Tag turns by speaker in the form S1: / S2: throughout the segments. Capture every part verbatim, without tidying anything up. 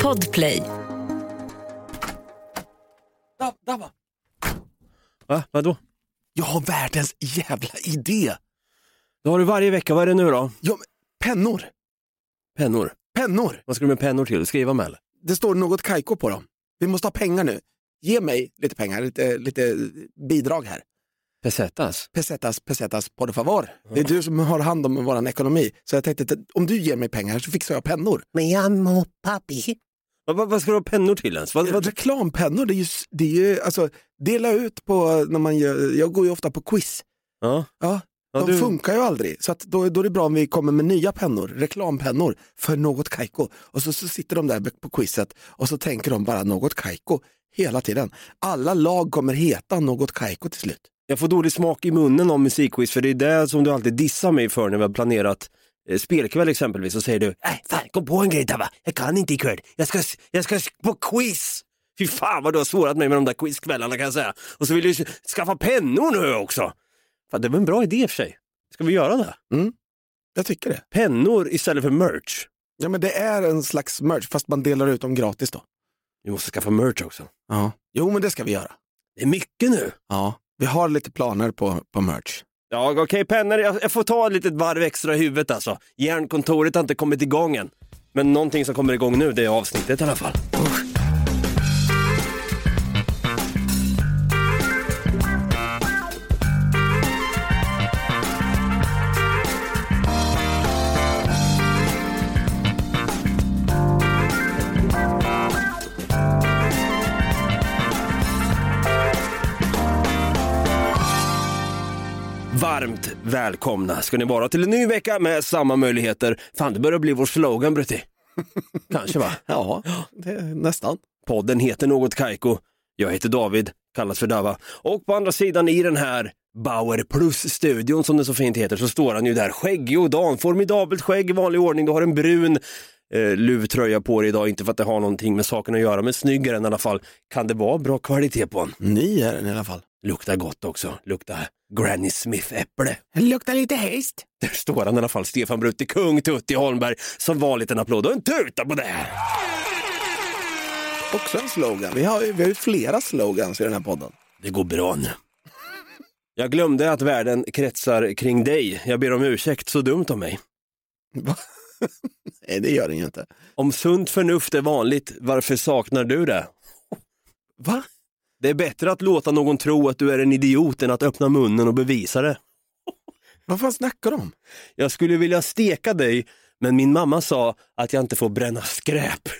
S1: Podplay.
S2: Dabba.
S3: Va? Vadå?
S2: Jag har världens jävla idé.
S3: Det har du varje vecka, vad är det nu då?
S2: Ja, men pennor.
S3: Pennor?
S2: Pennor.
S3: Vad ska du med pennor till? Skriva med eller?
S2: Det står något kajko på dem. Vi måste ha pengar nu. Ge mig lite pengar, lite, lite bidrag här.
S3: Pesetas?
S2: Pesetas, pesetas, por favor. Mm. Det är du som har hand om vår ekonomi. Så jag tänkte att om du ger mig pengar så fixar jag pennor.
S4: Men jag må pappi.
S3: Vad, vad ska du ha pennor till ens? Vad, vad...
S2: Reklampennor, det är ju, det är ju alltså, dela ut på när man gör, jag går ju ofta på quiz.
S3: Ja.
S2: Ja.
S3: Ja,
S2: de
S3: du...
S2: funkar ju aldrig, så att då, då är det bra om vi kommer med nya pennor, reklampennor för något kajko. Och så, så sitter de där på quizet och så tänker de bara något kajko hela tiden. Alla lag kommer heta något kajko till slut.
S3: Jag får dålig smak i munnen om musikquiz, för det är det som du alltid dissar mig för när vi har planerat eh, spelkväll exempelvis. Så säger du, nej fan, kom på en grej där, va? Jag kan inte ikväll, jag ska, jag ska på quiz. Fy fan vad du har svårat mig med de där quizkvällarna, kan jag säga. Och så vill du skaffa pennor nu också. Fan, det var en bra idé för sig. Ska vi göra det?
S2: Mm, jag tycker det.
S3: Pennor istället för merch.
S2: Ja, men det är en slags merch, fast man delar ut dem gratis då.
S3: Vi måste skaffa merch också.
S2: Ja. Jo, men det ska vi göra.
S3: Det är mycket nu.
S2: Ja, vi har lite planer på, på merch.
S3: Ja, okej, okay, pennor. Jag, jag får ta ett litet varv extra i huvudet alltså. Järnkontoret har inte kommit igång än. Men någonting som kommer igång nu, det är avsnittet i alla fall. Usch. Varmt välkomna ska ni vara till en ny vecka med samma möjligheter. Fan, det börjar bli vår slogan, Brutti. Kanske, va?
S2: Ja, det är nästan.
S3: Podden heter Något Kajko. Jag heter David, kallas för Dava. Och på andra sidan i den här Bauer Plus-studion, som det så fint heter, så står han ju där, skäggig och dan, formidabelt skägg i vanlig ordning. Du har en brun eh, luvtröja på dig idag, inte för att det har någonting med saken att göra, men snyggare än i alla fall. Kan det vara bra kvalitet på den?
S2: Ny är den i alla fall.
S3: Luktar gott också, luktar Granny Smith-äpple.
S2: Det luktar lite häst.
S3: Där står han i alla fall, Stefan Brutti, kung Tutti Holmberg. Som vanligt en applåd och en tuta på det här.
S2: Också en slogan. Vi har, vi har ju flera slogans i den här podden.
S3: Det går bra nu. Jag glömde att världen kretsar kring dig. Jag ber om ursäkt, så dumt om mig.
S2: Va? Nej, det gör den ju inte.
S3: Om sunt förnuft är vanligt, varför saknar du det?
S2: Va?
S3: Det är bättre att låta någon tro att du är en idiot än att öppna munnen och bevisa det.
S2: Vad fan snackar de?
S3: Jag skulle vilja steka dig, men min mamma sa att jag inte får bränna skräp.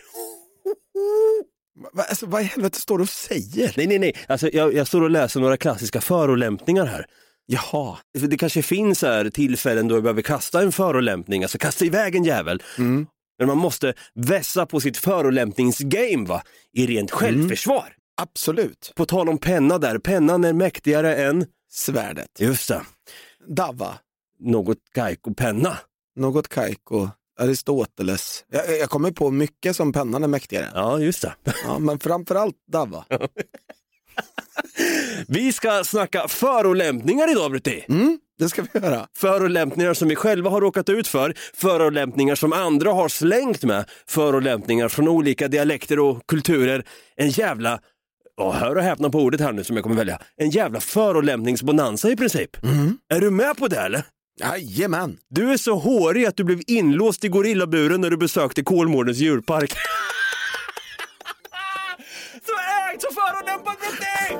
S2: Va, alltså, vad i helvete står du och säger?
S3: Nej, nej, nej. Alltså, jag, jag står och läser några klassiska förolämpningar här.
S2: Jaha.
S3: Det kanske finns här tillfällen då jag behöver kasta en förolämpning, alltså kasta iväg en jävel.
S2: Mm.
S3: Men man måste vässa på sitt förolämpningsgame, va? I rent självförsvar. Mm.
S2: Absolut.
S3: På tal om penna där, pennan är mäktigare än
S2: svärdet.
S3: Just det.
S2: Dava.
S3: Något kajko-penna.
S2: Något kajko. Aristoteles. Jag, jag kommer på mycket som pennan är mäktigare.
S3: Ja, just det.
S2: Ja, men framförallt Dava.
S3: Vi ska snacka förolämpningar idag, Brutti.
S2: Mm, det ska vi göra.
S3: Förolämpningar som vi själva har råkat ut för. Förolämpningar som andra har slängt med. Förolämpningar från olika dialekter och kulturer. En jävla... Oh, hör och häpna på ordet här nu som jag kommer välja. En jävla förolämpningsbonanza i princip.
S2: Mm.
S3: Är du med på det, eller?
S2: Jajamän.
S3: Du är så hårig att du blev inlåst i gorillaburen när du besökte Kolmårdens djurpark. Så ägt, så förolämpad mot dig!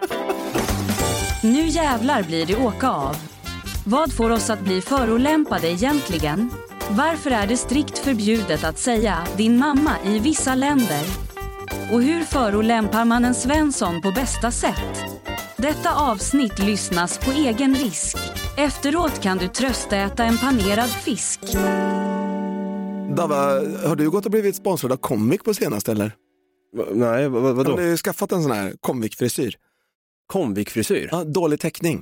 S1: Nu jävlar blir det åka av. Vad får oss att bli förolämpade egentligen? Varför är det strikt förbjudet att säga din mamma i vissa länder? Och hur förolämpar man en Svensson på bästa sätt? Detta avsnitt lyssnas på egen risk. Efteråt kan du tröstäta en panerad fisk.
S2: Dava, har du gått och blivit sponsrad av Comviq på senaste eller?
S3: Va, nej, vad, vadå?
S2: Har du skaffat en sån här Comviq-frisyr?
S3: Comviq-frisyr?
S2: Ja, dålig täckning.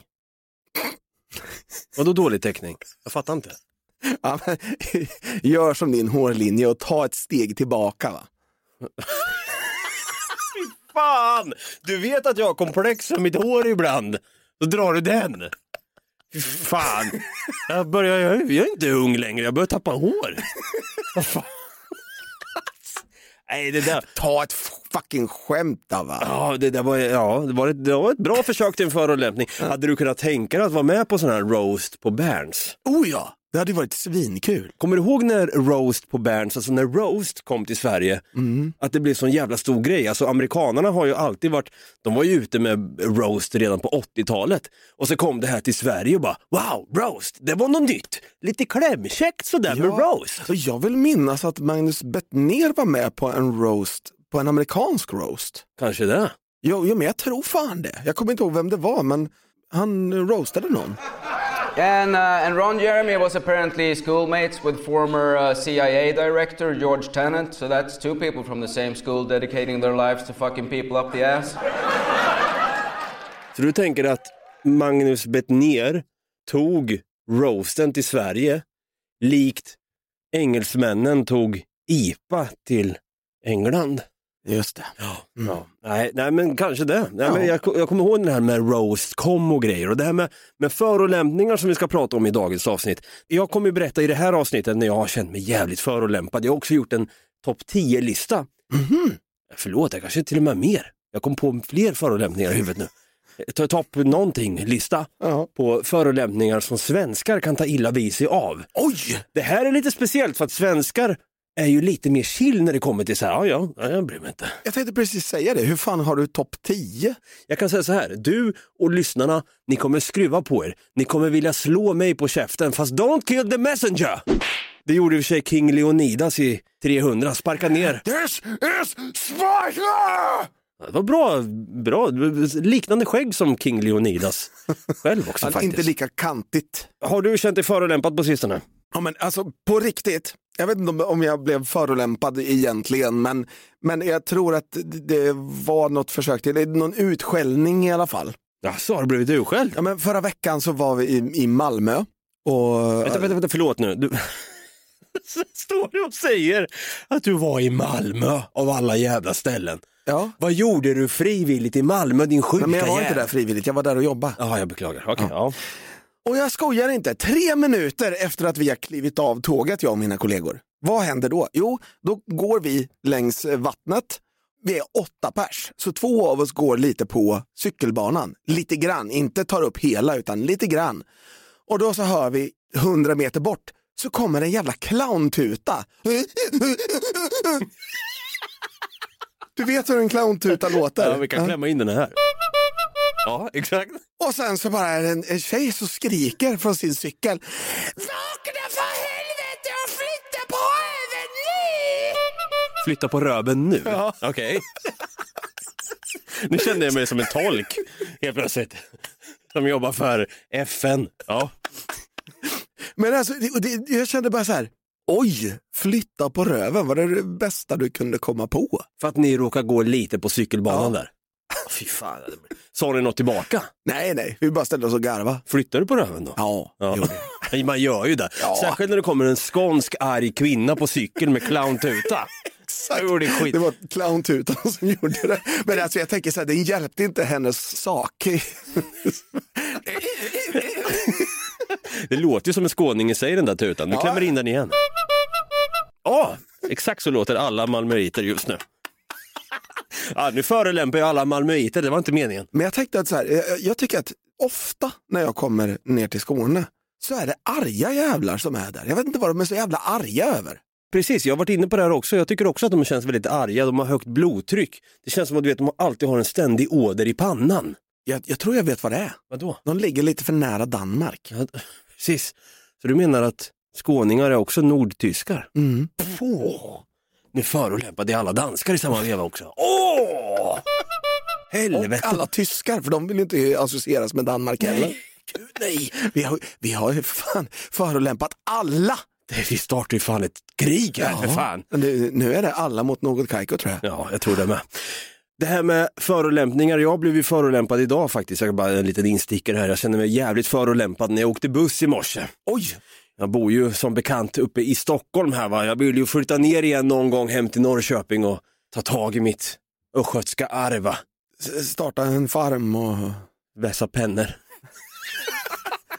S3: Vadå dålig täckning? Jag fattar inte.
S2: Ja, men, gör som din hårlinje och ta ett steg tillbaka, va?
S3: Fan! Du vet att jag har komplex för mitt hår ibland. Då drar du den. Fan. Jag, börjar, jag, jag är inte ung längre. Jag börjar tappa hår. Vad fan? Nej, det där...
S2: Ta ett fucking skämt då, va?
S3: Ja, det där var, ja, det var, ett, det var ett bra försök till en förolämpning. Ja. Hade du kunnat tänka dig att vara med på sån här roast på Berns?
S2: Oh ja, det hade ju varit svinkul.
S3: Kommer du ihåg när roast på Berns, alltså när roast kom till Sverige, mm. att det blev sån jävla stor grej? Alltså amerikanerna har ju alltid varit, de var ju ute med roast redan på åttiotalet. Och så kom det här till Sverige och bara, wow, roast, det var något nytt. Lite klämkäckt sådär ja. med roast.
S2: Och jag vill minnas att Magnus Bettner var med på en roast, på en amerikansk roast.
S3: Kanske det.
S2: Jo, jo men jag tror fan det. Jag kommer inte ihåg vem det var, men han roastade någon.
S5: And, uh, and Ron Jeremy was apparently schoolmates with former uh, C I A director George Tenet, so that's two people from the same school dedicating their lives to fucking people up the ass.
S3: Så du tänker att Magnus Bettner tog roasten till Sverige likt engelsmännen tog I P A till England?
S2: Just det.
S3: Ja, mm. ja. Nej, nej, men kanske det. Nej, ja. men jag, jag kommer ihåg det här med roast, kom och grejer. Och det här med, med förolämpningar som vi ska prata om i dagens avsnitt. Jag kommer att berätta i det här avsnittet när jag har känt mig jävligt förolämpad. Jag har också gjort en topp tio-lista.
S2: Mm-hmm.
S3: Förlåt, jag kanske till och med mer. Jag kom på fler förolämpningar i huvudet nu. Ta topp någonting, lista
S2: uh-huh.
S3: på förolämpningar som svenskar kan ta illa vid sig av.
S2: Oj!
S3: Det här är lite speciellt för att svenskar är ju lite mer chill när det kommer till så här, ja, ja, jag bryr mig inte.
S2: Jag tänkte precis säga det, hur fan har du topp tio?
S3: Jag kan säga så här, du och lyssnarna, ni kommer skruva på er. Ni kommer vilja slå mig på käften, fast don't kill the messenger! Det gjorde i och för sig King Leonidas i trehundra, sparka ner.
S2: This is Sparta!
S3: Det var bra, bra, liknande skägg som King Leonidas själv också faktiskt.
S2: Inte lika kantigt.
S3: Har du känt dig förolämpad på sistone?
S2: Ja men alltså på riktigt, jag vet inte om jag blev förolämpad egentligen, men, men jag tror att det var något försök till, någon utskällning i alla fall.
S3: Ja, så har du blivit utskälld?
S2: Ja men förra veckan så var vi i, i Malmö och...
S3: Vänta, vänta, vänta, förlåt nu. Du... Står du och säger att du var i Malmö av alla jävla ställen?
S2: Ja.
S3: Vad gjorde du frivilligt i Malmö, din sjuka jävel?
S2: Men jag var inte där frivilligt, jag var där och jobbade.
S3: Ja, jag beklagar. Okej, okay, ja.
S2: ja. Och jag skojar inte, tre minuter efter att vi har klivit av tåget, jag och mina kollegor. Vad händer då? Jo, då går vi längs vattnet. Vi är åtta pers, så två av oss går lite på cykelbanan. Lite grann, inte tar upp hela utan lite grann. Och då så hör vi hundra meter bort så kommer en jävla clowntuta. Du vet hur en clowntuta låter?
S3: Ja, vi kan klämma in den här. Ja, exakt.
S2: Och sen så bara är det en, en tjej som skriker från sin cykel. Vakna för helvete och flytta på röven nu!
S3: Flytta på röven nu?
S2: Ja.
S3: Okej. Okay. Nu kände jag mig som en tolk helt plötsligt. Som jobbar för F N. Ja.
S2: Men alltså, det, det, jag kände bara så här. Oj, flytta på röven, var det det bästa du kunde komma på?
S3: För att ni råkar gå lite på cykelbanan ja. där. Fy fan. Sa ni något tillbaka?
S2: Nej, nej, vi bara ställde oss och garva.
S3: Flyttar du på röven då?
S2: Ja, ja.
S3: Det. Man gör ju det. Ja. Särskilt när det kommer en skånsk arg kvinna på cykel med clowntuta.
S2: Exakt, det, skit. Det var clowntutan som gjorde det. Men alltså jag tänker så här, den hjälpte inte hennes sak.
S3: Det låter ju som en skåning i sig den där tutan. Nu ja. klämmer in den igen. Ja, oh, exakt så låter alla malmöiter just nu. Ja, nu förelämpar jag alla malmöiter, det var inte meningen.
S2: Men jag tänkte att så här, jag, jag tycker att ofta när jag kommer ner till Skåne så är det arga jävlar som är där. Jag vet inte vad de är så jävla arga över.
S3: Precis, jag har varit inne på det här också. Jag tycker också att de känns väldigt arga. De har högt blodtryck. Det känns som att du vet, de alltid har en ständig åder i pannan.
S2: Jag, jag tror jag vet vad det är.
S3: Vadå?
S2: De ligger lite för nära Danmark.
S3: Ja, precis. Så du menar att skåningar är också nordtyskar?
S2: Mm.
S3: Åh, nu förolämpade alla danskar i samma veva också. Åh! Helvete.
S2: Och alla tyskar, för de vill inte associeras med Danmark heller.
S3: Nej, gud nej.
S2: Vi har, vi har ju fan förolämpat alla.
S3: Det, vi startar ju fan ett krig här, ja, för fan.
S2: Nu, nu är det alla mot något kajko, tror jag.
S3: Ja, jag tror det med. Det här med förolämpningar, jag blev ju förolämpad idag faktiskt. Jag bara en liten instickare här. Jag känner mig jävligt förolämpad när jag åkte buss i morse.
S2: Oj!
S3: Jag bor ju som bekant uppe i Stockholm här, va. Jag vill ju flytta ner igen någon gång hem till Norrköping och ta tag i mitt östgötska arva.
S2: Starta en farm och
S3: vässa pennor.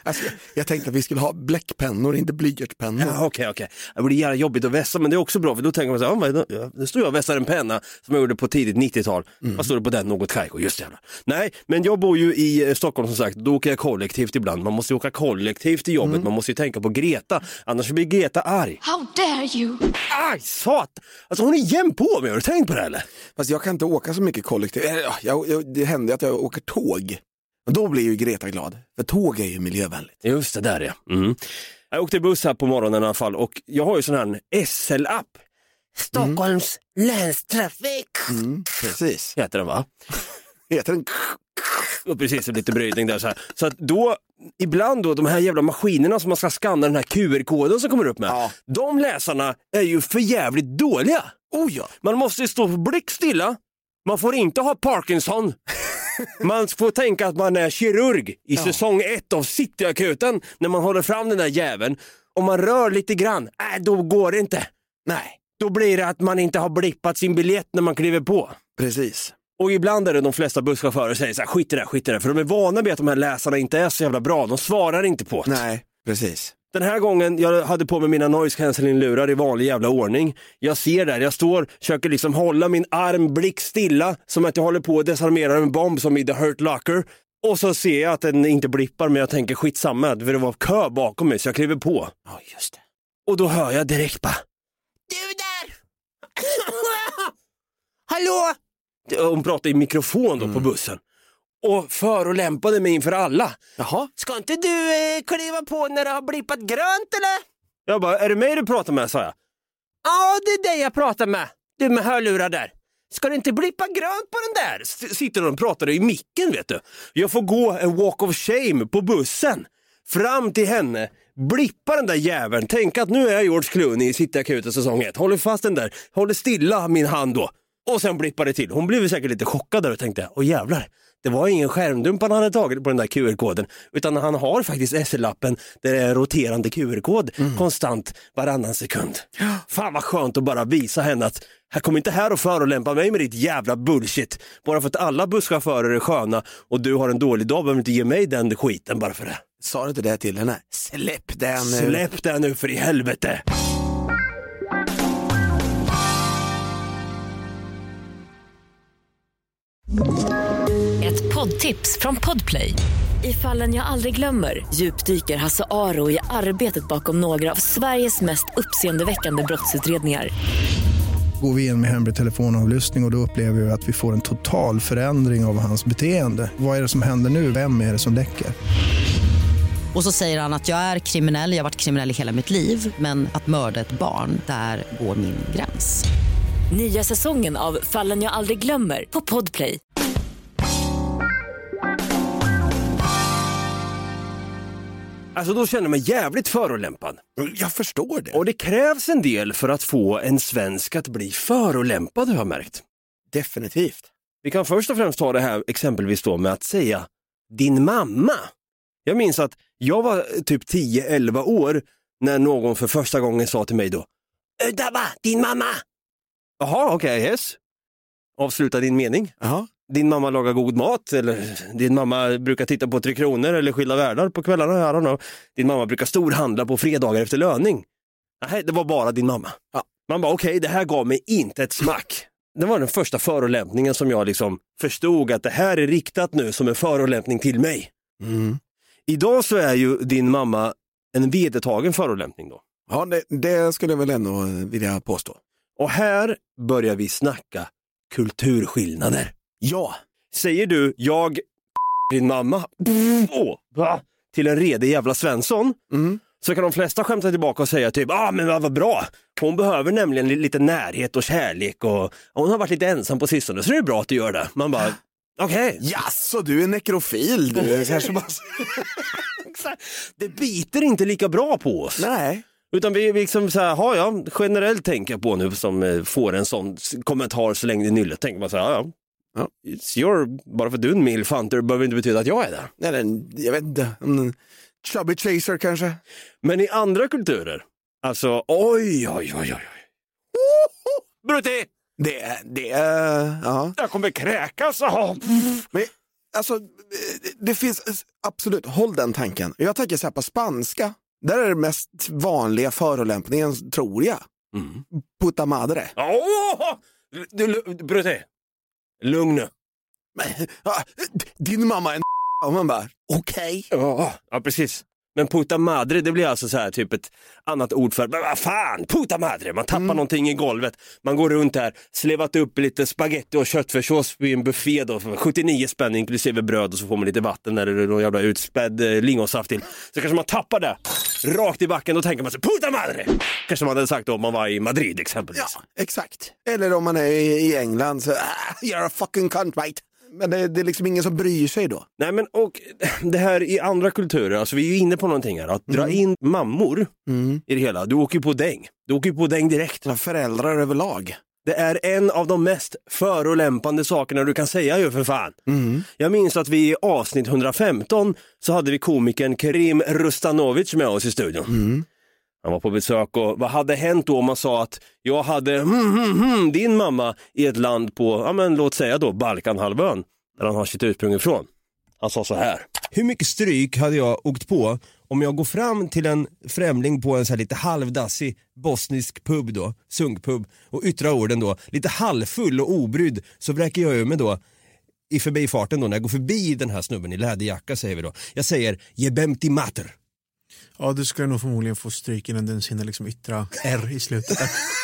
S2: Alltså, jag, jag tänkte att vi skulle ha bläckpennor, inte blyertspennor.
S3: Ja, okej, okej. Det blir jävla jobbigt att vässa, men det är också bra, för då tänker man så här, oh, men, nu står jag och vässar en penna som jag gjorde på tidigt nittiotal. Mm. Vad står det på den? Något kajko, just jävla. Nej, men jag bor ju i Stockholm som sagt, då åker jag kollektivt ibland. Man måste åka kollektivt till jobbet, mm. man måste ju tänka på Greta, annars blir Greta arg.
S6: How dare you?
S3: Aj, sat! Alltså hon är jämn på mig, har du tänkt på det eller?
S2: Fast jag kan inte åka så mycket kollektivt. Jag, jag, det händer att jag åker tåg. Och då blir ju Greta glad, för tåg är ju miljövänligt.
S3: Just det där, ja. Mm. Jag åkte buss här på morgonen i alla fall, och jag har ju sån här S L-app. Stockholms mm. länstrafik.
S2: Mm, precis.
S3: Heter den, va?
S2: Heter den?
S3: Och precis, lite brytning där så här. Så att då, ibland då, de här jävla maskinerna som man ska skanna den här Q R-koden som kommer upp med, ja. De läsarna är ju för jävligt dåliga.
S2: Oh ja.
S3: Man måste stå blickstilla, man får inte ha Parkinson. Man får tänka att man är kirurg i ja. säsong ett av Cityakuten när man håller fram den där jäveln. Om man rör lite grann, äh, då går det inte.
S2: Nej.
S3: Då blir det att man inte har blippat sin biljett när man kliver på.
S2: Precis.
S3: Och ibland är det de flesta busschaufförer säger så här, skit i det, skit i det. För de är vana med att de här läsarna inte är så jävla bra. De svarar inte på det.
S2: Nej, precis.
S3: Den här gången, jag hade på mig mina noise cancelling-lurar i vanlig jävla ordning. Jag ser där, jag står, försöker liksom hålla min arm blick stilla, som att jag håller på att desarmera en bomb som i The Hurt Locker. Och så ser jag att den inte blippar, men jag tänker skitsamma, för det var kö bakom mig så jag kliver på.
S2: Ja, oh, just det.
S3: Och då hör jag direkt bara, du där! Hallå! Hon pratade i mikrofon då mm. på bussen. Och förolämpade mig inför alla.
S2: Jaha.
S3: Ska inte du eh, kliva på när det har blippat grönt eller? Jag bara, är det mig du pratar med, sa jag. Ja, det är dig jag pratar med. Du med hörlurar där. Ska det inte blippa grönt på den där? S- sitter de och pratar i micken, vet du. Jag får gå en walk of shame på bussen. Fram till henne. Blippa den där jäveln. Tänk att nu är jag George Clooney i Cityakuten säsong ett. Håller fast den där. Håller stilla min hand då. Och sen blippar det till. Hon blev säkert lite chockad där och tänkte, åh jävlar. Det var ingen skärmdump han hade tagit på den där Q R-koden, utan han har faktiskt S L-appen där det är roterande Q R-kod mm. konstant varannan sekund. Fan vad skönt att bara visa henne att här kommer inte här och förolämpa mig med ditt jävla bullshit. Bara för att alla busschaufförer är sköna och du har en dålig dag behöver inte ge mig den skiten bara för det.
S2: Sa du inte det till henne? Släpp den nu.
S3: Släpp den nu för i helvete.
S7: Ett poddtips från Podplay. I Fallen jag aldrig glömmer djupdyker Hasse Aro i arbetet bakom några av Sveriges mest uppseendeväckande brottsutredningar.
S8: Går vi in med hemlig telefonavlyssning och, och då upplever vi att vi får en total förändring av hans beteende. Vad är det som händer nu? Vem är det som läcker?
S9: Och så säger han att jag är kriminell, jag har varit kriminell i hela mitt liv, men att mörda ett barn, där går min gräns.
S7: Nya säsongen av Fallen jag aldrig glömmer på Podplay.
S3: Alltså då känner jag mig jävligt förolämpad.
S2: Jag förstår det.
S3: Och det krävs en del för att få en svensk att bli förolämpad, har jag märkt.
S2: Definitivt.
S3: Vi kan först och främst ta det här exempelvis då med att säga din mamma. Jag minns att jag var typ tio elva år när någon för första gången sa till mig då, Udava, din mamma! Jaha, okej, okay, yes. Avsluta din mening.
S2: Jaha.
S3: Din mamma lagar god mat, eller din mamma brukar titta på Tre Kronor eller Skilda världar på kvällarna. I don't know. Din mamma brukar storhandla på fredagar efter löning. Nej, det var bara din mamma. Ja. Man bara, okej, okay, det här gav mig inte ett smack. Det var den första förolämpningen som jag liksom förstod att det här är riktat nu som en förolämpning till mig.
S2: Mm.
S3: Idag så är ju din mamma en vedertagen förolämpning då.
S2: Ja, det, det skulle jag väl ändå vilja påstå.
S3: Och här börjar vi snacka kulturskillnader.
S2: Ja.
S3: Säger du, jag din mamma oh, till en redig jävla Svensson,
S2: mm.
S3: så kan de flesta skämta tillbaka och säga typ, ah men vad bra, hon behöver nämligen lite närhet och kärlek och hon har varit lite ensam på sistone, så det är bra att du gör det. Man bara, okej. Okay.
S2: Jaså, du är nekrofil, du är kanske bara...
S3: Det biter inte lika bra på oss.
S2: Nej.
S3: Utan vi, vi liksom så här, har jag generellt tänker på nu som eh, får en sån kommentar så länge det är nyllet, tänker man så här, ja, ja. It's your, bara för du är en milfanter behöver inte betyda att jag är där.
S2: Nej, den, jag vet inte, en chubby chaser kanske.
S3: Men i andra kulturer, alltså, oj, oj, oj, oj. Oh, Brutti!
S2: Det, det, uh, ja.
S3: Jag kommer kräkas. Oh.
S2: Men, alltså det finns absolut, håll den tanken. Jag tänker så här på spanska. Där är det mest vanliga förolämpningen, tror jag.
S3: Mm.
S2: Puta madre.
S3: Åh! Du, Brutte. Lugn nu.
S2: Din mamma är en och man bara, okej.
S3: Okay. Ja, ja, precis. Men puta madre, det blir alltså så här typ ett annat ord för, men vad fan, puta madre. Man tappar mm. någonting i golvet. Man går runt här, slevat upp lite spaghetti och köttfärssås i en buffé då, för sjuttionio spänn inklusive bröd, och så får man lite vatten eller någon jävla utspädd eh, lingonsaft till. Så kanske man tappar det rakt i backen, och tänker man så, puta madre. Kanske man hade sagt då om man var i Madrid exempelvis.
S2: Ja, exakt. Eller om man är i England så, ah, you're a fucking cunt, mate. Men det, det är liksom ingen som bryr sig då.
S3: Nej, men och det här i andra kulturer, alltså vi är ju inne på någonting här, att dra mm. in mammor mm. i det hela. Du åker ju på däng. Du åker ju på däng direkt.
S2: Ja, föräldrar överlag.
S3: Det är en av de mest förolämpande sakerna du kan säga ju, för fan. Mm. Jag minns att vi i avsnitt hundrafemton så hade vi komikern Kerim Rustanovic med oss i studion. Mm. Han var på besök, och vad hade hänt då om man sa att jag hade mm, mm, mm, din mamma i ett land på, ja men låt säga då Balkanhalvön, där han har sitt ursprung ifrån. Han sa så här: hur mycket stryk hade jag åkt på om jag går fram till en främling på en så här lite halvdassig bosnisk pub då, sunkpub, och yttrar orden då, lite halvfull och obrydd, så vräker jag ur mig då i förbifarten då, när jag går förbi den här snubben i läderjacka, säger vi då. Jag säger, jebemti mater.
S6: Ja, du skulle nog förmodligen få stryk innan den hinner liksom yttra R i slutet.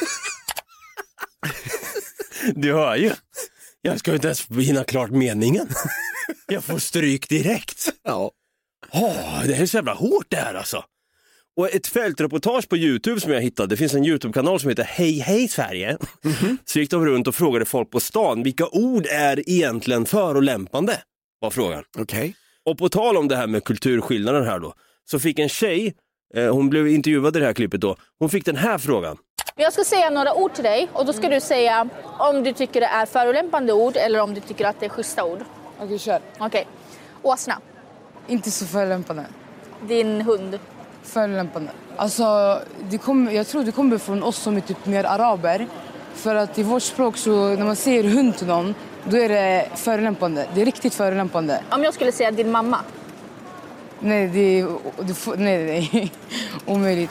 S3: Du hör ju. Jag ska inte ens hinna klart meningen. Jag får stryk direkt. Ja. Oh, det är så jävla hårt det här alltså. Och ett fältreportage på YouTube som jag hittade. Det finns en YouTube-kanal som heter Hej Hej Sverige. Mm-hmm. Så gick de runt och frågade folk på stan, vilka ord är egentligen förolämpande? Var frågan.
S2: Okej. Okay.
S3: Och på tal om det här med kulturskillnaden här då, så fick en tjej, eh, hon blev intervjuad i det här klippet då, hon fick den här frågan.
S10: Jag ska säga några ord till dig, och då ska du säga om du tycker det är förolämpande ord eller om du tycker att det är schyssta ord.
S11: Okej, kör.
S10: Okej. Åsna.
S11: Inte så förolämpande.
S10: Din hund.
S11: Förolämpande. Alltså, det kom, jag tror det kommer från oss som är typ mer araber. För att i vårt språk så, när man säger hund till någon, då är det förolämpande. Det är riktigt förolämpande.
S10: Om jag skulle säga din mamma.
S11: Nej, det är, det, nej, nej. Omöjligt.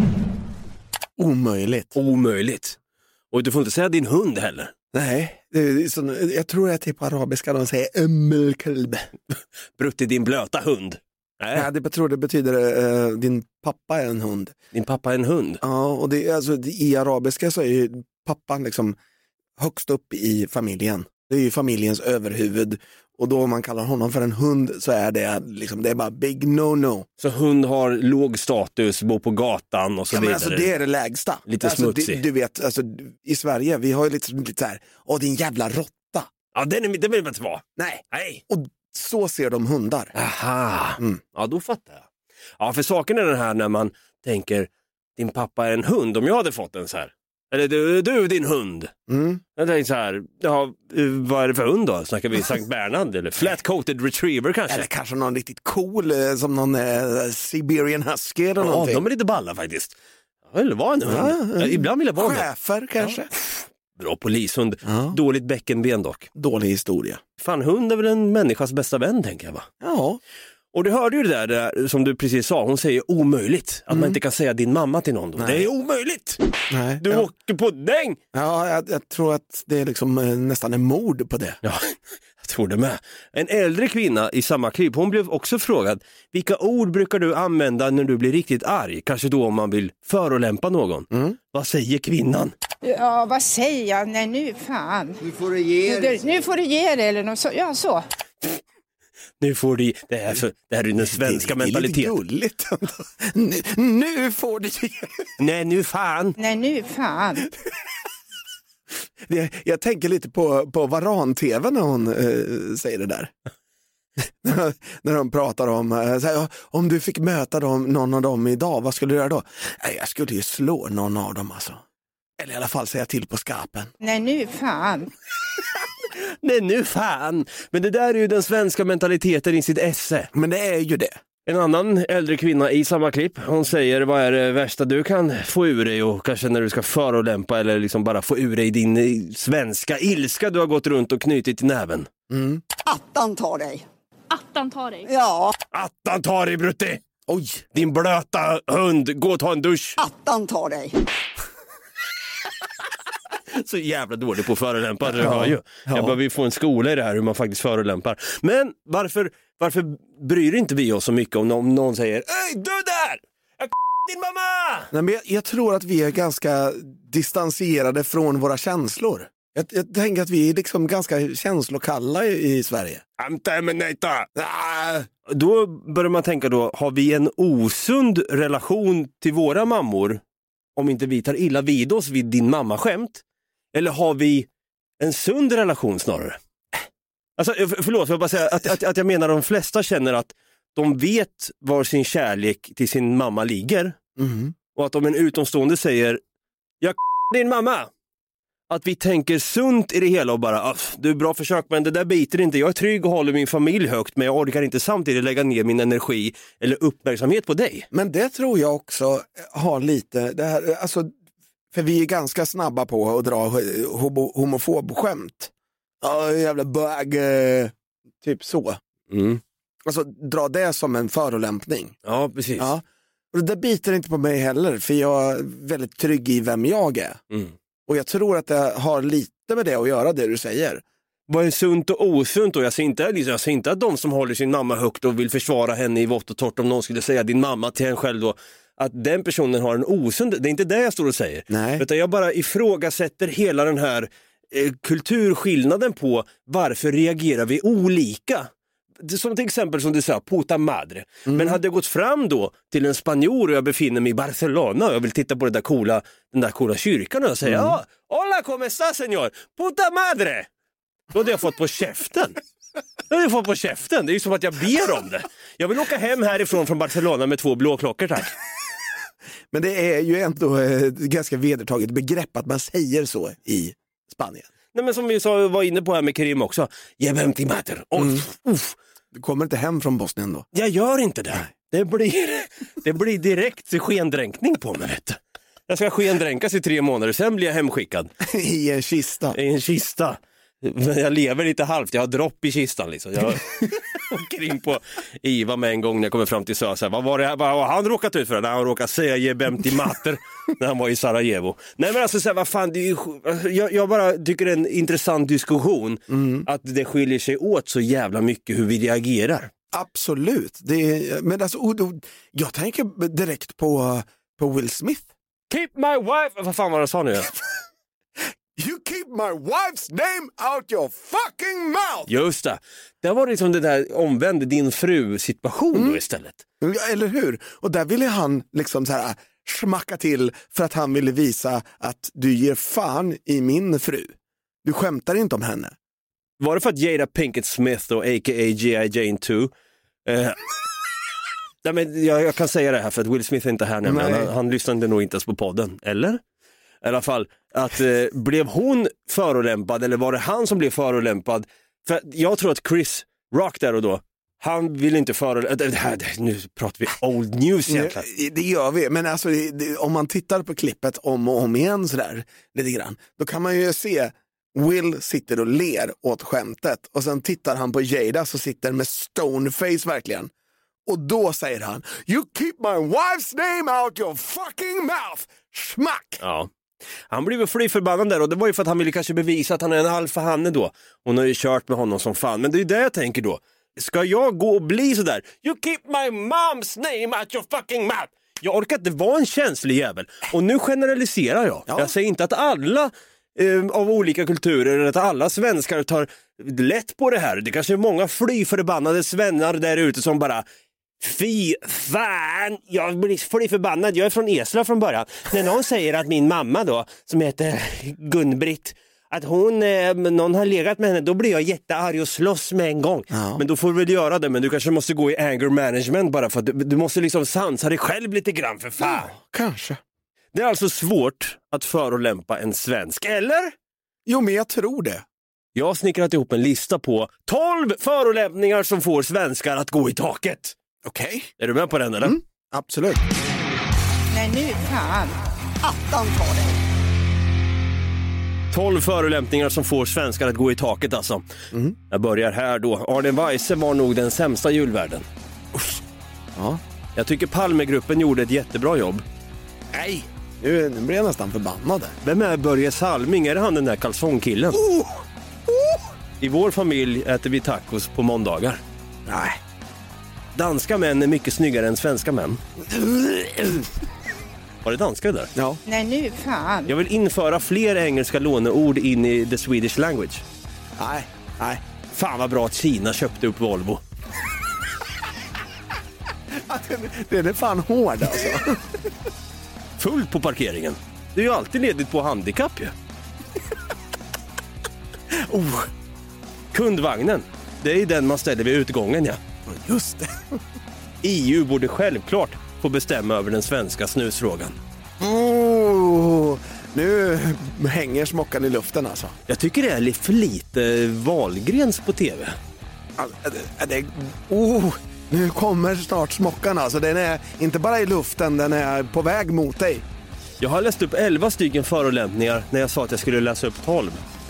S2: Omöjligt.
S3: Omöjligt. Och du får inte säga din hund heller.
S2: Nej, det är så, jag tror att det är på arabiska de säger ömmelkelb.
S3: Brutti, din blöta hund. Nej.
S2: Ja, det, jag tror det betyder uh, din pappa är en hund.
S3: Din pappa är en hund?
S2: Ja, och det, alltså, det, i arabiska så är ju pappan liksom högst upp i familjen. Det är ju familjens överhuvud. Och då om man kallar honom för en hund så är det liksom, det är bara big no-no.
S3: Så hund har låg status, bor på gatan och så
S2: ja,
S3: vidare.
S2: Men alltså det är det lägsta.
S3: Lite
S2: alltså,
S3: smutsig.
S2: Du, du vet, alltså, i Sverige, vi har ju lite, lite så här, åh din jävla råtta.
S3: Ja, den, är, den vill man inte vara.
S2: Nej.
S3: Nej.
S2: Och så ser de hundar.
S3: Aha. Mm. Ja, då fattar jag. Ja, för saken är den här när man tänker, din pappa är en hund, om jag hade fått en så här. Eller du, du din hund. Mm. Jag tänkte så här, ja, vad är det för hund då? Snackar vi Sankt Bernhard eller flat-coated retriever kanske?
S2: Eller kanske någon riktigt cool, som någon eh, Siberian husky eller
S3: ja,
S2: någonting.
S3: Ja, de är lite balla faktiskt. Eller var en hund. Ja, ibland vill jag vara
S2: chefer kanske. Ja.
S3: Bra polishund.
S2: Ja.
S3: Dåligt bäckenben dock.
S2: Dålig historia.
S3: Fan, hund är väl en människas bästa vän, tänker jag va?
S2: Ja.
S3: Och du hörde ju det där, det där som du precis sa. Hon säger omöjligt. Att mm. man inte kan säga din mamma till någon. Då. Det är omöjligt. Nej. Du ja. åker på däng.
S2: Ja, jag, jag tror att det är liksom eh, nästan en mord på det.
S3: Ja, jag tror det med. En äldre kvinna i samma klipp, hon blev också frågad, vilka ord brukar du använda när du blir riktigt arg? Kanske då om man vill förolämpa någon. Mm. Vad säger kvinnan?
S12: Ja, vad säger jag? Nej, nu fan.
S13: Nu får du ge
S12: det. Nu får du ge det, eller något så. Ja, så.
S3: Nu får du, det här, så, det här är den svenska mentaliteten.
S2: Det är lite gulligt. nu, nu får du ge.
S3: Nej, nu fan.
S12: Nej, nu fan.
S2: jag, jag tänker lite på, på Varan-tv när hon äh, säger det där. När de pratar om äh, här, om du fick möta dem, någon av dem idag, vad skulle du göra då? Nej, jag skulle ju slå någon av dem alltså. Eller i alla fall säga till på skapen.
S12: Nej, nu fan.
S3: Nej, nu fan. Men det där är ju den svenska mentaliteten i sitt esse.
S2: Men det är ju det.
S3: En annan äldre kvinna i samma klipp, hon säger, vad är det värsta du kan få ur dig, och kanske när du ska förolämpa eller liksom bara få ur dig din svenska ilska du har gått runt och knutit i näven.
S13: Mm. Attan tar dig.
S10: Attan tar dig.
S4: Ja.
S3: Attan tar dig, Brutti!
S2: Oj!
S3: Din blöta hund, gå och ta en dusch.
S4: Attan tar dig.
S3: Så jävla dålig på att förolämpa, det
S2: Ja.
S3: hör ju.
S2: Ja.
S3: Jag behöver få en skola i det här hur man faktiskt förolämpar. Men varför, varför bryr inte vi oss så mycket om någon, någon säger "Ey, du där! Jag k***ar din mamma!"
S2: Nej, men jag, jag tror att vi är ganska distanserade från våra känslor. Jag, jag tänker att vi är liksom ganska känslokalla i, i Sverige.
S3: Ah. Då börjar man tänka då, har vi en osund relation till våra mammor om inte vi tar illa vid oss vid din mamma-skämt? Eller har vi en sund relation snarare? Alltså, för, förlåt, jag bara säga att, att, att jag menar de flesta känner att de vet var sin kärlek till sin mamma ligger.
S2: Mm.
S3: Och att om en utomstående säger jag k***ar din mamma, att vi tänker sunt i det hela och bara du är bra försök men det där biter inte. Jag är trygg och håller min familj högt men jag orkar inte samtidigt lägga ner min energi eller uppmärksamhet på dig.
S2: Men det tror jag också har lite, det här, alltså, för vi är ganska snabba på att dra homo, homofobskämt. Ja, jävla bög, eh, typ så.
S3: Mm.
S2: Alltså dra det som en förolämpning.
S3: Ja, precis.
S2: Ja. Och det biter inte på mig heller för jag är väldigt trygg i vem jag är.
S3: Mm.
S2: Och jag tror att det har lite med det att göra, det du säger.
S3: Vad är sunt och osunt? Och jag ser inte, jag ser inte att de som håller sin mamma högt och vill försvara henne i vått och torrt, om någon skulle säga din mamma till en själv då, att den personen har en osund, det är inte det jag står och säger.
S2: Nej.
S3: Utan jag bara ifrågasätter hela den här eh, kulturskillnaden på varför reagerar vi olika. Som till exempel som du sa, puta madre. Mm. Men hade jag gått fram då till en spanjor och jag befinner mig i Barcelona och jag vill titta på det där coola, den där coola kyrkan och säga, ja, mm. hola, ¿cómo está, señor? Puta madre! Då hade jag fått på käften. Då hade jag fått på käften. Det är ju som att jag ber om det. Jag vill åka hem härifrån från Barcelona med två blå klockor, tack.
S2: Men det är ju ändå ett ganska vedertaget begrepp att man säger så i Spanien.
S3: Nej, men som vi sa, var inne på här med Karim också. Jag vem till mater. Mm.
S2: Du kommer inte hem från Bosnien då?
S3: Jag gör inte det. Det blir, det blir direkt skendränkning på mig, vet du. Jag ska skendränkas i tre månader, sen blir jag hemskickad.
S2: I en kista.
S3: I en kista. Men jag lever lite halvt, jag har dropp i kistan liksom. Jag åker in på Iva med en gång när jag kommer fram till Sösa. Vad var det, vad har han råkat ut för? När han råkade säga ge bem till matter när han var i Sarajevo. Nej men alltså så här, vad fan, det är ju, jag, jag bara tycker det är en intressant diskussion mm. att det skiljer sig åt så jävla mycket hur vi reagerar.
S2: Absolut. Det är, men alltså, jag tänker direkt på, på Will Smith.
S3: Keep my wife... Vad fan var det jag sa nu?
S2: You keep my wife's name out your fucking mouth!
S3: Just det. Det var liksom det där omvände din fru-situation mm. då istället.
S2: Ja, eller hur? Och där ville han liksom så här smacka till för att han ville visa att du ger fan i min fru. Du skämtar inte om henne.
S3: Var det för att Jada Pinkett Smith och a k a. G I. Jane två... Eh, nej, men jag, jag kan säga det här för att Will Smith är inte här nämligen. Han, han lyssnade nog inte ens på podden, eller? I alla fall, att eh, blev hon förolämpad eller var det han som blev förolämpad? För jag tror att Chris Rock där och då, han vill inte förolämpa. Nu pratar vi old news egentligen.
S2: Det, det gör vi, men alltså det, det, om man tittar på klippet om och om igen sådär lite grann, då kan man ju se Will sitter och ler åt skämtet och sen tittar han på Jada så sitter med stoneface verkligen. Och då säger han, you keep my wife's name out your fucking mouth. Smack!
S3: Ja. Han blev fly förbannad där och det var ju för att han ville kanske bevisa att han är en alfahanne då. Hon har ju kört med honom som fan. Men det är det jag tänker då. Ska jag gå och bli sådär? You keep my mom's name out your fucking mouth. Jag orkar inte vara en känslig jävel. Och nu generaliserar jag. Ja. Jag säger inte att alla eh, av olika kulturer eller att alla svenskar tar lätt på det här. Det kanske är många fly förbannade svennar där ute som bara... Fy fan, jag blir fly förbannad. Jag är från Eslöv från början. När någon säger att min mamma då, som heter Gun-Britt, att hon, eh, någon har legat med henne, då blir jag jättearg och slåss med en gång. Ja. Men då får du väl göra det, men du kanske måste gå i anger management bara för att du, du måste liksom sansa dig själv lite grann för fan.
S2: Ja, kanske.
S3: Det är alltså svårt att förolämpa en svensk, eller?
S2: Jo, men jag tror det.
S3: Jag har snickrat ihop en lista på tolv förolämpningar som får svenskar att gå i taket.
S2: Okej. Okay.
S3: Är du med på den eller? Mm,
S2: absolut.
S12: Nej, nu fan.
S4: Attan tar dig.
S3: tolv förolämpningar som får svenskar att gå i taket alltså. Mm. Jag börjar här då. Arne Weise var nog den sämsta julvärden. Usch. Ja. Jag tycker Palmegruppen gjorde ett jättebra jobb.
S2: Nej, nu, nu blir jag nästan förbannad.
S3: Vem är Börje Salming? Är det han den där kalsongkillen?
S2: Oh! Oh!
S3: I vår familj äter vi tacos på måndagar.
S2: Nej.
S3: Danska män är mycket snyggare än svenska män. Var det danska där?
S2: Ja.
S12: Nej, nu fan.
S3: Jag vill införa fler engelska låneord in i the Swedish language.
S2: Nej, nej.
S3: Fan vad bra att Kina köpte upp Volvo.
S2: Det är fan hård alltså.
S3: Fullt på parkeringen. Det är ju alltid ledigt på handikapp ju. oh. Kundvagnen. Det är den man ställer vid utgången, ja.
S2: Just det.
S3: E U borde självklart få bestämma över den svenska snusfrågan.
S2: Oh, nu hänger smockan i luften alltså.
S3: Jag tycker det är lite för lite Wahlgrens på tv.
S2: Det, det, oh, nu kommer snart smockan alltså. Den är inte bara i luften, den är på väg mot dig.
S3: Jag har läst upp elva stycken förolämpningar när jag sa att jag skulle läsa upp tolv.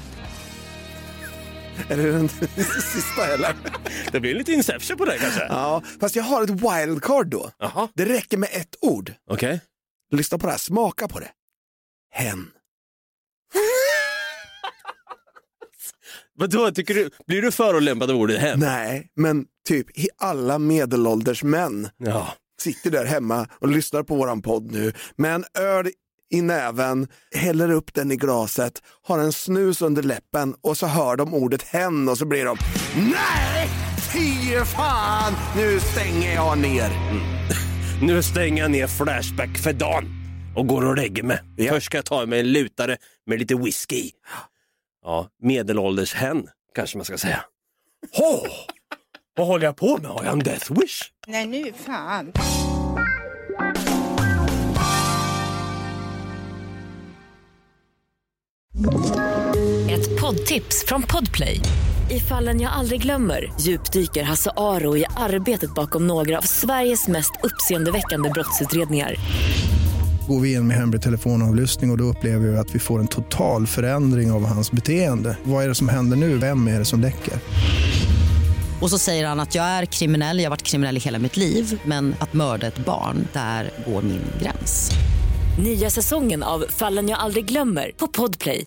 S2: Är det den sista eller?
S3: Det blir lite inception på det kanske.
S2: Ja, fast jag har ett wildcard då.
S3: Aha.
S2: Det räcker med ett ord.
S3: Okej. Okay.
S2: Lyssna på det här, smaka på det. Hen.
S3: Vadå, tycker du, blir du förolämpad av ordet hen?
S2: Nej, men typ alla medelålders män
S3: ja.
S2: sitter där hemma och lyssnar på våran podd nu med en öl i näven, häller upp den i glaset, har en snus under läppen och så hör de ordet hen och så blir de nej, fy fan, nu stänger jag ner. Mm.
S3: Nu stänger jag ner Flashback för dagen och går och lägger mig. Ja. Först ska jag ta mig en lutare med lite whisky. Ja, medelålders hen kanske man ska säga. Åh, vad håller jag på med? Har jag en death wish?
S12: Nej, nu fan.
S7: Ett poddtips från Podplay. I Fallen jag aldrig glömmer djupdyker Hasse Aro i arbetet bakom några av Sveriges mest uppseendeväckande brottsutredningar.
S8: Går vi in med hemlig telefonavlyssning och, och då upplever vi att vi får en total förändring av hans beteende. Vad är det som händer nu? Vem är det som läcker?
S9: Och så säger han att jag är kriminell, jag har varit kriminell i hela mitt liv. Men att mörda ett barn, där går min gräns.
S7: Nya säsongen av Fallen jag aldrig glömmer på Podplay.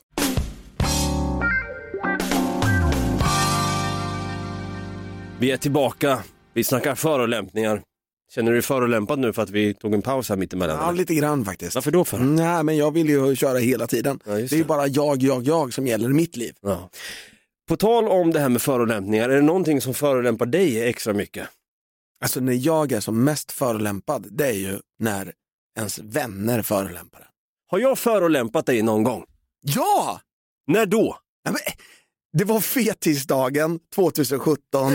S3: Vi är tillbaka. Vi snackar förolämpningar. Känner du dig förolämpad nu för att vi tog en paus här mittemellan?
S2: Ja, lite grann faktiskt.
S3: Varför då för?
S2: Nej, men jag vill ju köra hela tiden.
S3: Ja,
S2: det är ju bara jag, jag, jag som gäller i mitt liv.
S3: Ja. På tal om det här med förolämpningar, är det någonting som förolämpar dig extra mycket?
S2: Alltså när jag är som mest förolämpad, det är ju när ens vänner förolämpar.
S3: Har jag förolämpat dig någon gång?
S2: Ja!
S3: När då?
S2: Ja, men, det var fetisdagen tjugohundrasjutton.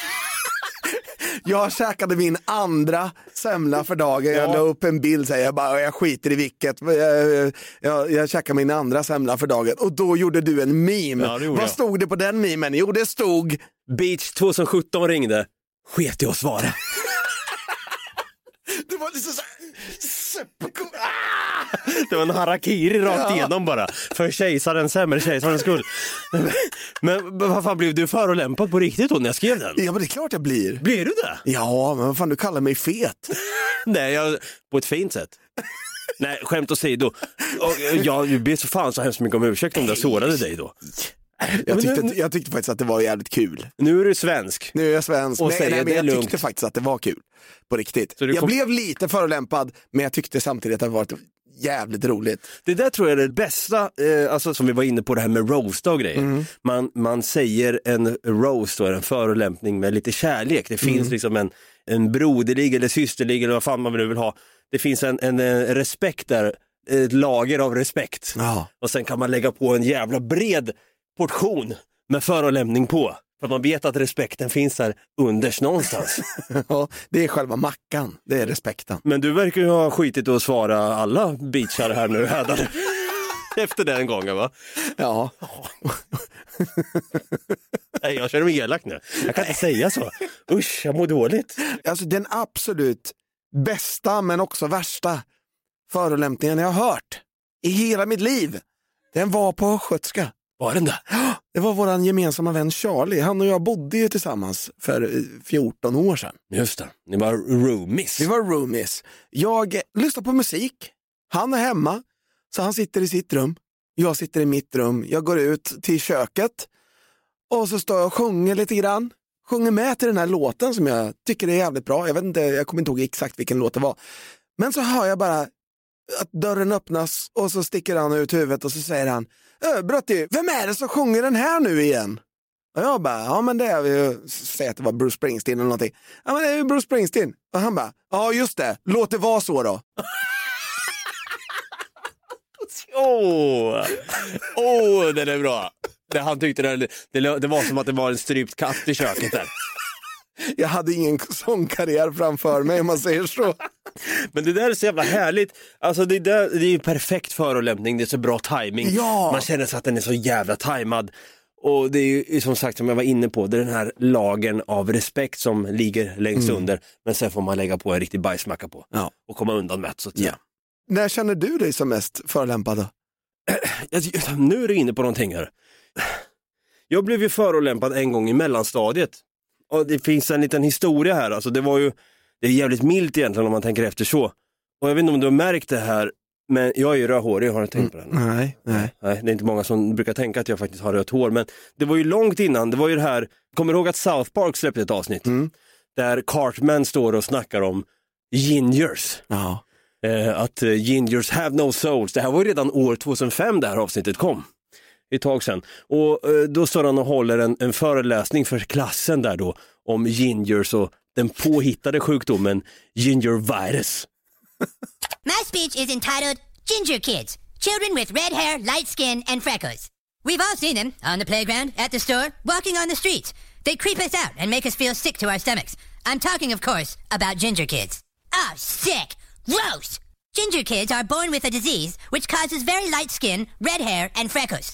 S2: Jag käkade min andra semla för dagen. Jag ja. la upp en bild, så jag bara, jag skiter i vilket. Jag, jag, jag käkade min andra semla för dagen. Och då gjorde du en meme.
S3: Ja,
S2: vad
S3: jag.
S2: stod det på den memen? Jo, det stod
S3: Beach tjugohundrasjutton ringde. Sket i att svara.
S2: Det var liksom så
S3: det var en harakiri rakt ja. igenom bara. För kejsaren, sämre kejsarens skull. Men vad fan, blev du förolämpad på riktigt då när jag skrev den?
S2: Ja, men det är klart jag blir.
S3: Blir du det?
S2: Ja, men vad fan, du kallar mig fet.
S3: Nej, jag, på ett fint sätt. Nej, skämt åsido. Jag ber så fan så hemskt mycket om ursäkt om jag sårade dig då.
S2: Jag tyckte, nu, jag tyckte faktiskt att det var jävligt kul.
S3: Nu är du svensk.
S2: Nu är jag svensk.
S3: Och
S2: nej, nej, men jag
S3: lugnt.
S2: tyckte faktiskt att det var kul. På riktigt.
S3: Jag
S2: kom... blev lite förolämpad, men jag tyckte samtidigt att det var jävligt roligt.
S3: Det där tror jag är det bästa, eh, alltså som vi var inne på det här med roast och grejer. Mm. Man, man säger en roast och en förolämpning med lite kärlek. Det finns mm. liksom en, en broderlig eller systerlig eller vad fan man nu vill ha. Det finns en, en, en respekt där, ett lager av respekt.
S2: Ja.
S3: Och sen kan man lägga på en jävla bred portion med förolämpning på. För man vet att respekten finns där underst någonstans.
S2: Ja, det är själva mackan. Det är respekten.
S3: Men du verkar ju ha skitit att svara alla beachar här nu. Efter den gången, va?
S2: Ja.
S3: Nej, jag känner mig elak nu. Jag kan inte säga så. Usch, jag mår dåligt.
S2: Alltså den absolut bästa men också värsta förolämpningen jag har hört i hela mitt liv. Den var på Skötska.
S3: Var den där?
S2: Det var våran gemensamma vän Charlie. Han och jag bodde ju tillsammans för fjorton år sedan.
S3: Just det, ni var roomies.
S2: Vi var roomies. Jag eh, lyssnar på musik. Han är hemma, så han sitter i sitt rum. Jag sitter i mitt rum. Jag går ut till köket och så står jag och sjunger lite grann. Sjunger med till den här låten som jag tycker är jävligt bra. Jag vet inte, jag kommer inte ihåg exakt vilken låt det var. Men så hör jag bara att dörren öppnas och så sticker han ut huvudet och så säger han: Brotti, vem är det som sjunger den här nu igen? Och jag bara, ja men det är vi, säger att det var Bruce Springsteen eller någonting. Ja men det är ju Bruce Springsteen. Och han bara, ja just det, låt det vara så då.
S3: Åh, oh, den är bra. Det, han tyckte det, det, det var som att det var en strypt katt i köket där.
S2: Jag hade ingen sångkarriär framför mig om man säger så.
S3: Men det där är så jävla härligt. Alltså det, där, det är ju perfekt förolämpning. Det är så bra timing.
S2: Ja.
S3: Man känner sig att den är så jävla tajmad. Och det är ju som sagt, som jag var inne på, det är den här lagen av respekt som ligger längst mm. under. Men sen får man lägga på en riktig bajsmacka på.
S2: Ja.
S3: Och komma undan mätt så att säga.
S2: Ja. När känner du dig som mest förolämpad då?
S3: Nu är du inne på någonting här. Jag blev ju förolämpad en gång i mellanstadiet. Och det finns en liten historia här. Alltså det var ju, det är jävligt milt egentligen om man tänker efter så. Och jag vet inte om du har märkt det här, men jag är ju rödhårig, jag har inte tänkt på det.
S2: Mm, nej, nej.
S3: nej. Det är inte många som brukar tänka att jag faktiskt har rött hår. Men det var ju långt innan, det var ju det här, kommer du ihåg att South Park släppte ett avsnitt? Mm. Där Cartman står och snackar om gingers.
S2: Ja.
S3: Eh, att uh, gingers have no souls. Det här var ju redan år tjugohundrafem det här avsnittet kom. Ett tag sedan. Och uh, då står han och håller en, en föreläsning för klassen där då om gingers och den påhittade sjukdomen gingivitis.
S13: My speech is entitled Ginger Kids, children with red hair, light skin and freckles. We've all seen them on the playground, at the store, walking on the streets. They creep us out and make us feel sick to our stomachs. I'm talking, of course, about ginger kids. Ah, sick! Gross! Ginger kids are born with a disease which causes very light skin, red hair, and freckles.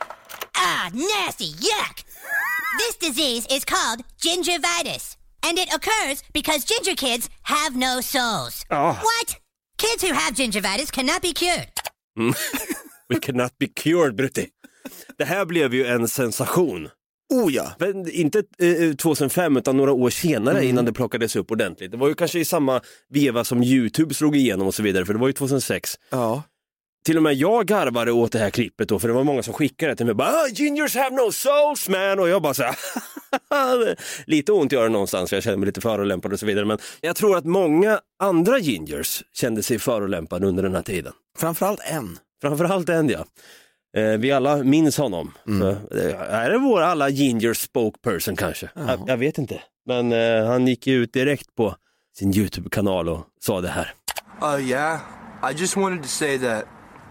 S13: Ah, nasty, yuck! This disease is called gingivitis, and it occurs because ginger kids have no souls.
S3: Oh.
S13: What? Kids who have gingivitis cannot be cured.
S3: Mm. We cannot be cured, Brutti. Det här blev ju en sensation.
S2: Oh ja.
S3: Men inte eh, tjugohundrafem utan några år senare mm. innan det plockades upp ordentligt. Det var ju kanske i samma veva som YouTube slog igenom och så vidare, för det var ju tjugohundrasex.
S2: Ja.
S3: Till och med jag garvade åt det här klippet då, för det var många som skickade det till mig. Bara, ah, gingers have no souls, man. Och jag bara så här, lite ont gör det någonstans, för jag kände mig lite förolämpad och så vidare. Men jag tror att många andra gingers kände sig förolämpade under den här tiden.
S2: Framförallt en.
S3: Framförallt en, ja. Eh, vi alla minns honom. Mm. Så, eh, är det vår alla ginger spokesperson kanske? Jag, jag vet inte. Men eh, han gick ju ut direkt på sin YouTube-kanal och sa det här.
S14: Uh, yeah, I just wanted to say that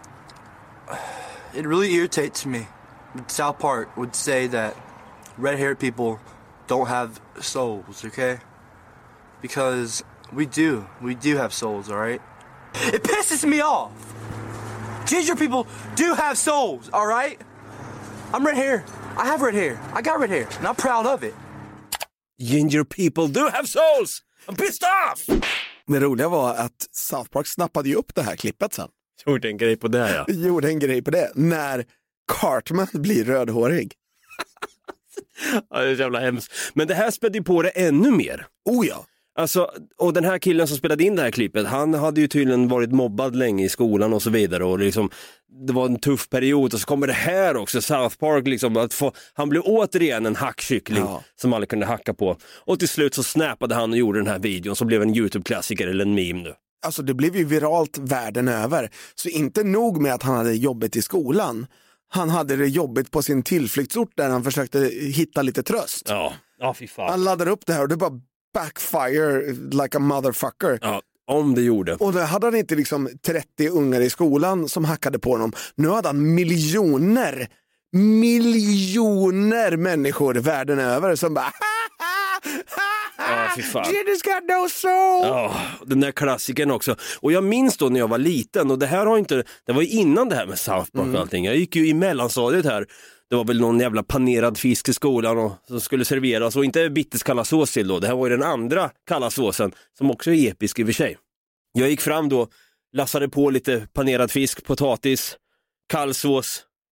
S14: it really irritates me that South Park would say that red-haired people don't have souls, okay? Because we do. We do have souls, all right? It pisses me off! Ginger people do have souls, all right? I'm red hair. I have red hair. I got red hair, and I'm proud of it.
S3: Ginger people do have souls! I'm pissed off!
S2: Det roliga var att South Park snappade ju upp det här klippet sen.
S3: Gjorde en grej på det, ja.
S2: Gjorde en grej på det. När Cartman blir rödhårig.
S3: Ja, det är så jävla hemskt. Men det här spädde ju på det ännu mer.
S2: Oh ja.
S3: Alltså, och den här killen som spelade in det här klippet, han hade ju tydligen varit mobbad länge i skolan och så vidare, och liksom, det var en tuff period, och så kommer det här också, South Park liksom, att få, han blev återigen en hackkyckling ja. Som alla kunde hacka på, och till slut så snappade han och gjorde den här videon som blev en YouTube-klassiker eller en meme nu.
S2: Alltså det blev ju viralt världen över, så inte nog med att han hade jobbet i skolan, han hade det jobbigt på sin tillflyktsort där han försökte hitta lite tröst.
S3: Ja, ja fy fan.
S2: Han laddade upp det här och det bara backfire like a motherfucker.
S3: Ja, om det gjorde.
S2: Och då hade han inte liksom trettio ungar i skolan som hackade på honom. Nu hade han miljoner, miljoner människor världen över som bara
S3: ja, fy fan.
S2: Jesus got no soul.
S3: Ja, den där klassiken också. Och jag minns då när jag var liten, och det här har inte, det var ju innan det här med South Park och mm. allting. Jag gick ju i mellanstadiet här. Det var väl någon jävla panerad fisk i skolan och, som skulle serveras, och inte bitters kalla sås till då. Det här var ju den andra kalla såsen som också är episk i och för sig. Jag gick fram då, lassade på lite panerad fisk, potatis, kallsås,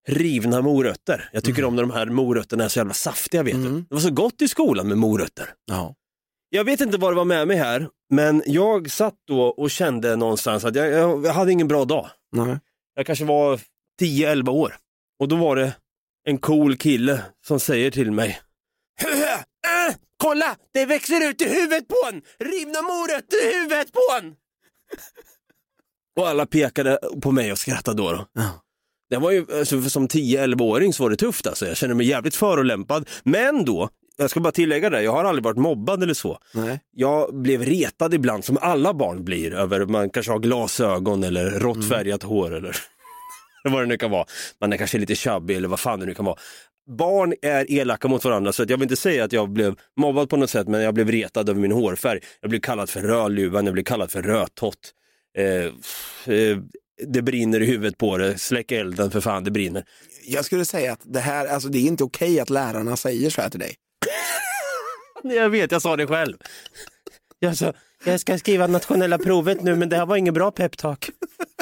S3: rivna morötter. Jag tycker mm. om när de här morötterna är så jävla saftiga, vet mm. du. Det var så gott i skolan med morötter.
S2: Ja.
S3: Jag vet inte vad det var med mig här, men jag satt då och kände någonstans att jag, jag, jag hade ingen bra dag.
S2: Nej.
S3: Jag kanske var tio elva år. Och då var det en cool kille som säger till mig: äh, kolla, det växer ut i huvudet på en! Rivna morötter i huvudet på en! Och alla pekade på mig och skrattade då. då.
S2: Ja.
S3: Det var ju, alltså, som tio elva-åring så var det tufft alltså. Jag kände mig jävligt förolämpad. Men då, jag ska bara tillägga det, jag har aldrig varit mobbad eller så.
S2: Nej.
S3: Jag blev retad ibland, som alla barn blir, över man kanske har glasögon eller råttfärgat mm. hår eller vad det nu kan vara. Man är kanske lite chubby eller vad fan det nu kan vara. Barn är elaka mot varandra, så att jag vill inte säga att jag blev mobbad på något sätt, men jag blev retad över min hårfärg. Jag blev kallad för rödluvan, jag blev kallad för rödtott. Eh, eh, det brinner i huvudet på det, släck elden för fan, det brinner.
S2: Jag skulle säga att det här, alltså det är inte okej att lärarna säger så här till dig.
S3: Jag vet, jag sa det själv. Jag sa, jag ska skriva nationella provet nu, men det här var ingen bra peptalk.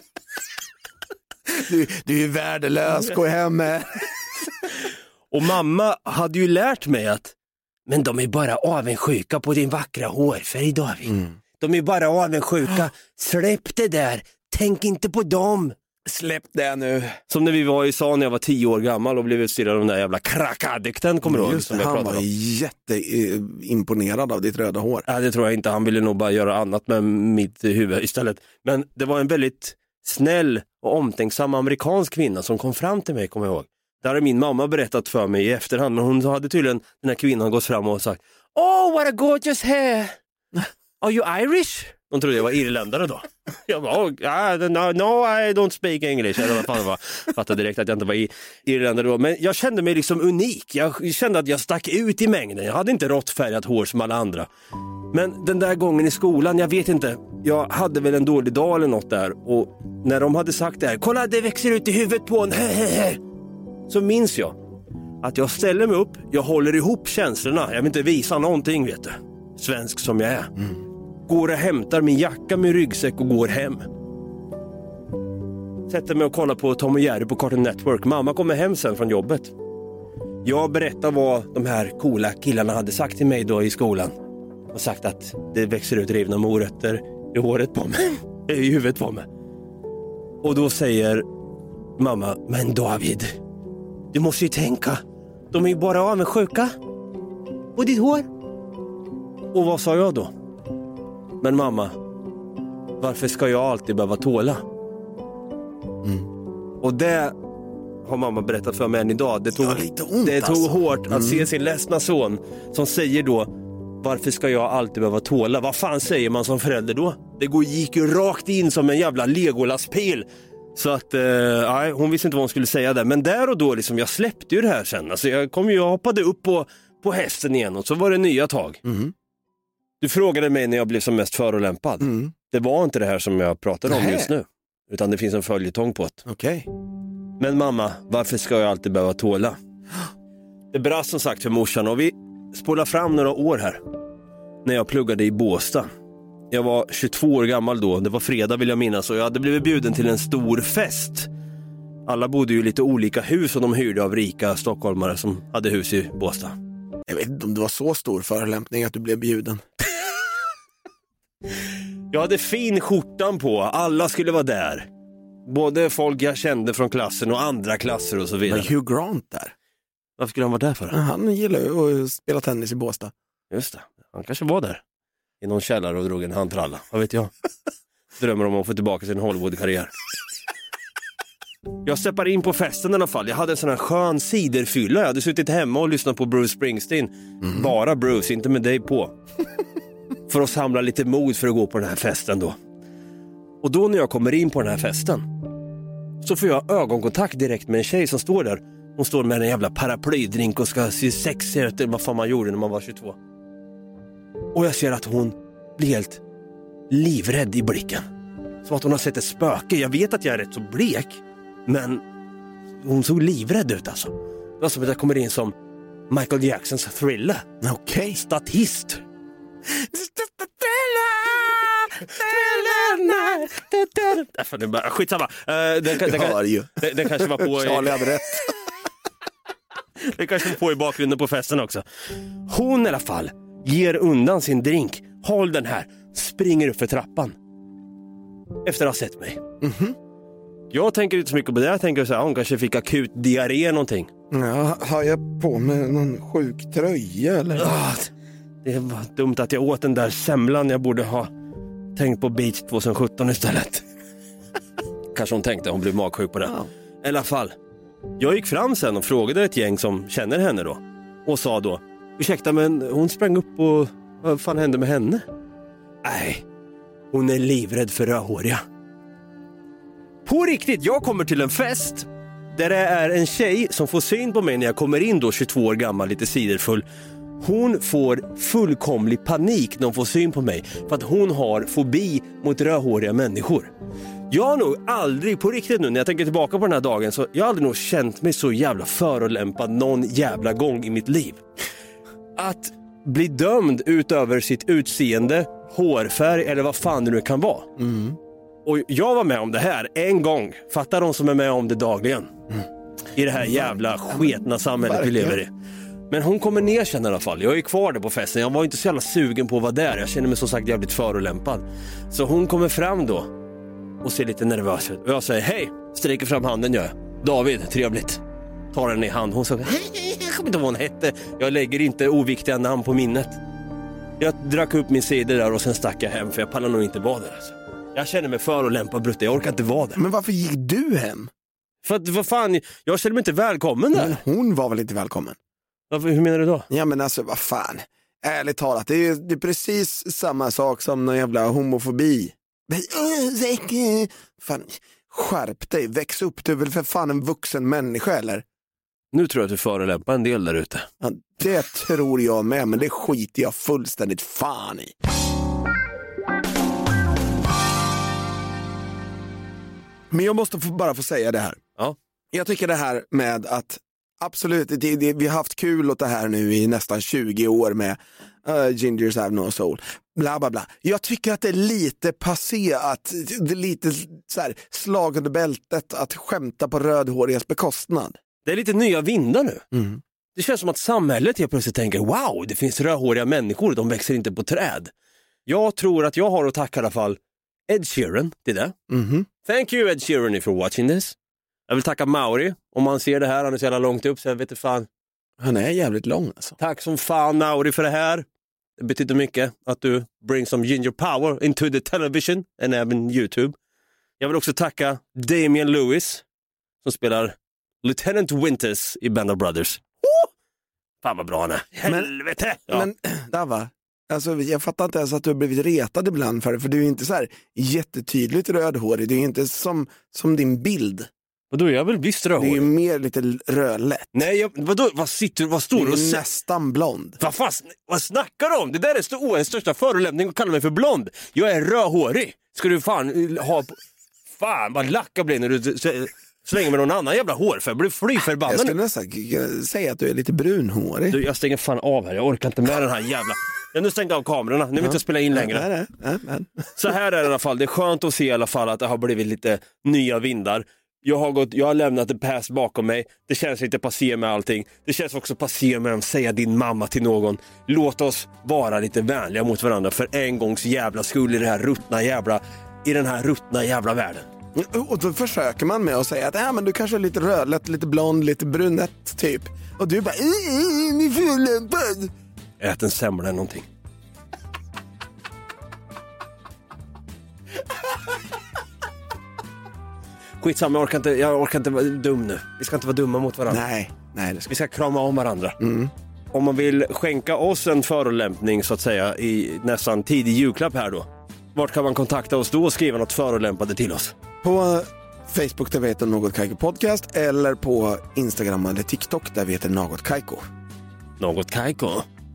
S2: Du, du är värdelös, gå hem.
S3: Och mamma hade ju lärt mig att, men de är bara avundsjuka på din vackra hårfärg, David. Mm. De är bara avundsjuka. Släpp det där. Tänk inte på dem.
S2: Släpp det nu.
S3: Som när vi var i S A när jag var tio år gammal och blev utstirrad av den där jävla krakadikten, kommer du ihåg?
S2: Just det, han var jätteimponerad av ditt röda hår.
S3: Ja, det tror jag inte. Han ville nog bara göra annat med mitt huvud istället. Men det var en väldigt snäll och omtänksam amerikansk kvinna som kom fram till mig, kommer jag ihåg. Det hade min mamma berättat för mig i efterhand, men hon hade tydligen, den här kvinnan, gått fram och sagt: "Oh, what a gorgeous hair. Are you Irish?" De trodde jag var irländare då. Jag bara, oh, no, no, I don't speak English. Eller vad fan det var. Jag fattade direkt att jag inte var irländare då. Men jag kände mig liksom unik. Jag kände att jag stack ut i mängden. Jag hade inte råttfärgat hår som alla andra. Men den där gången i skolan, jag vet inte. Jag hade väl en dålig dag eller något där. Och när de hade sagt det här: "Kolla, det växer ut i huvudet på en." Så minns jag att jag ställer mig upp. Jag håller ihop känslorna. Jag vill inte visa någonting, vet du. Svensk som jag är. Mm. Går och hämtar min jacka med ryggsäck och går hem. Sätter mig och kollar på Tom och Jerry på Cartoon Network. Mamma kommer hem sen från jobbet. Jag berättar vad de här coola killarna hade sagt till mig då i skolan. Och sagt att det växer ut rivna morötter i håret på mig. I huvudet på mig. Och då säger mamma: "Men David, du måste ju tänka. De är ju bara avundsjuka på ditt hår." Och vad sa jag då? "Men mamma, varför ska jag alltid behöva tåla?" Mm. Och det har mamma berättat för mig än idag. Det tog,
S2: ja, lite ont,
S3: det tog
S2: alltså.
S3: hårt
S2: mm.
S3: att se sin ledsna son som säger då: "Varför ska jag alltid behöva tåla?" Vad fan säger man som förälder då? Det går, gick ju rakt in som en jävla Legolas-pil. Så att, eh, nej, hon visste inte vad hon skulle säga där. Men där och då, liksom, jag släppte ju det här sen. Alltså, jag kom ju, jag hoppade upp på, på hästen igen och så var det nya tag.
S2: Mm.
S3: Du frågade mig när jag blev som mest förolämpad. Mm. Det var inte det här som jag pratade om Nej. just nu. Utan det finns en följetong på det.
S2: Okej. Okay.
S3: Men mamma, varför ska jag alltid behöva tåla? Det brast som sagt för morsan, och vi spolar fram några år här. När jag pluggade i Båstad. Jag var tjugotvå år gammal då. Det var fredag, vill jag minnas, och jag hade blivit bjuden till en stor fest. Alla bodde ju i lite olika hus och de hyrde av rika stockholmare som hade hus i Båstad.
S2: Jag vet inte om det var så stor förolämpning att du blev bjuden.
S3: Jag hade fin skjortan på. Alla skulle vara där. Både folk jag kände från klassen och andra klasser och så vidare.
S2: Men Hugh Grant där?
S3: Varför skulle han vara där för?
S2: Han gillar ju att spela tennis i Båstad.
S3: Just det, han kanske var där i någon källare och drog en handtralla. Vad vet jag? Drömmer om att få tillbaka sin Hollywood-karriär. Jag steppar in på festen i alla fall. Jag hade en sån här skön ciderfylla. Jag hade suttit hemma och lyssnat på Bruce Springsteen. Mm. Bara Bruce, inte med dig på. För att samla lite mod för att gå på den här festen då. Och då när jag kommer in på den här festen så får jag ögonkontakt direkt med en tjej som står där. Hon står med en jävla paraplydrink och ska se sexig ut, vad fan man gjorde när man var tjugotvå. Och jag ser att hon blir helt livrädd i blicken. Som att hon har sett ett spöke. Jag vet att jag är rätt så blek, men hon såg livrädd ut alltså. Det var som att jag kommer in som Michael Jacksons Thriller.
S2: Okej.
S3: Okay. Statist. night. Därför det bara, skitsamma. Uh, den, den, den,
S2: den,
S3: den, den kanske var på...
S2: Charlie hade rätt.
S3: Det kanske var på i bakgrunden på festen också. Hon i alla fall ger undan sin drink. Håll den här. Springer upp för trappan. Efter att ha sett mig.
S2: Mm-hmm.
S3: Jag tänker inte så mycket på det. Jag tänker så här, hon kanske fick akut diarré eller någonting.
S2: Ja, har jag på med någon sjuk tröja eller?
S3: Ah, det var dumt att jag åt den där semlan. Jag borde ha tänkt på Beach tjugohundrasjutton istället. Kanske hon tänkte, hon blev magsjuk på det. Ja. I alla fall. Jag gick fram sen och frågade ett gäng som känner henne då. Och sa då, ursäkta men hon sprang upp och vad fan hände med henne? Nej, hon är livrädd för rödhåriga. På riktigt, jag kommer till en fest där det är en tjej som får syn på mig när jag kommer in då, tjugotvå år gammal, lite siderfull. Hon får fullkomlig panik när hon får syn på mig för att hon har fobi mot rödhåriga människor. Jag har nog aldrig, på riktigt nu när jag tänker tillbaka på den här dagen, så jag har aldrig nog känt mig så jävla förolämpad någon jävla gång i mitt liv. Att bli dömd utöver sitt utseende, hårfärg eller vad fan det nu kan vara.
S2: Mm.
S3: Och jag var med om det här en gång. Fattar de som är med om det dagligen. Mm. I det här jävla sketna samhället vi lever i. Men hon kommer ner sen i alla fall. Jag är kvar där på festen. Jag var inte så jävla sugen på att vara där. Jag känner mig som sagt jävligt förolämpad. Så hon kommer fram då och ser lite nervös ut. Och jag säger hej. Sträcker fram handen gör jag. David, trevligt. Tar henne i hand. Hon säger hej, jag kommer inte ihåg vad hon hette. Jag lägger inte oviktiga namn på minnet. Jag drack upp min cider där och sen stack jag hem. För jag pallar nog inte vara där alltså. Jag känner mig förolämpad brutta. Jag orkar inte vara där.
S2: Men varför gick du hem?
S3: För att vad fan, jag känner mig inte välkommen där.
S2: Men hon var väl inte välkommen?
S3: Varför, hur menar du då?
S2: Ja men alltså vad fan. Ärligt talat, det är, det är precis samma sak som någon jävla homofobi. Fan, skärp dig, väx upp. Du är väl för fan en vuxen människa eller?
S3: Nu tror jag att du förolämpar en del där ute.
S2: Ja, det tror jag med, men det skiter jag fullständigt fan i. Men jag måste få, bara få säga det här.
S3: Ja.
S2: Jag tycker det här med att absolut, det, det, vi har haft kul åt det här nu i nästan tjugo år med uh, Gingers have no soul. Bla bla bla. Jag tycker att det är lite passé att det är lite så här slag under bältet att skämta på rödhårigas bekostnad.
S3: Det är lite nya vindar nu.
S2: Mm.
S3: Det känns som att samhället helt plötsligt tänker wow, det finns rödhåriga människor, de växer inte på träd. Jag tror att jag har att tacka i alla fall Ed Sheeran, det där.
S2: Mm-hmm.
S3: Thank you Ed Sheeran if you're watching this. Jag vill tacka Mauri, om man ser det här, han är så jävla långt upp så jag vet inte fan.
S2: Han är jävligt lång alltså.
S3: Tack som fan Mauri för det här. Det betyder mycket att du bring some ginger power into the television and även YouTube. Jag vill också tacka Damian Lewis som spelar Lieutenant Winters i Band of Brothers. Oh! Fan vad bra han är. Helvete!
S2: Men, ja. men Dava, alltså, jag fattar inte ens att du har blivit retad ibland för det. För du är inte så här jättetydligt rödhårig. Du är inte som, som din bild.
S3: Vadå, jag är väl visst rödhårig?
S2: Det är ju mer lite rödlätt.
S3: Nej, jag, vadå, vad sitter vad står du och
S2: säger? Nästan blond.
S3: Vad fan, vad snackar du om? Det där är st- oh, en största förolämpning att kalla mig för blond. Jag är rödhårig. Ska du fan ha... Fan, vad lacka blir när du slänger med någon annan jävla hårfärg. Jag blir fly förbannad.
S2: Jag skulle nästan säga att du är lite brunhårig.
S3: Du, jag stänger fan av här. Jag orkar inte med den här jävla... Jag nu stängde av kamerorna. Nu vill jag inte spela in längre.
S2: Nej, nej, nej.
S3: Så här är det i alla fall. Det är skönt att se i alla fall att det har blivit lite nya vindar. Jag har, gått, jag har lämnat det past bakom mig. Det känns inte passé med allting. Det känns också passé med att säga din mamma till någon. Låt oss vara lite vänliga mot varandra för en gångs jävla skull i det här ruttna jävla, i den här ruttna jävla världen.
S2: Och då försöker man med att säga att äh, men du kanske är lite rödlätt, lite blond, lite brunett typ. Och du bara, ni är förolämpad.
S3: Ät en semla eller någonting. Skitsamma, jag orkar inte, jag orkar inte vara dum nu. Vi ska inte vara dumma mot varandra.
S2: Nej, nej det ska...
S3: Vi ska krama om varandra.
S2: Mm.
S3: Om man vill skänka oss en förolämpning så att säga i nästan tidig julklapp här då. Vart kan man kontakta oss då och skriva något förolämpande till oss?
S2: På Facebook där vi heter Något Kaiko Podcast eller på Instagram eller TikTok där vi heter Något Kaiko.
S3: Något Kaiko?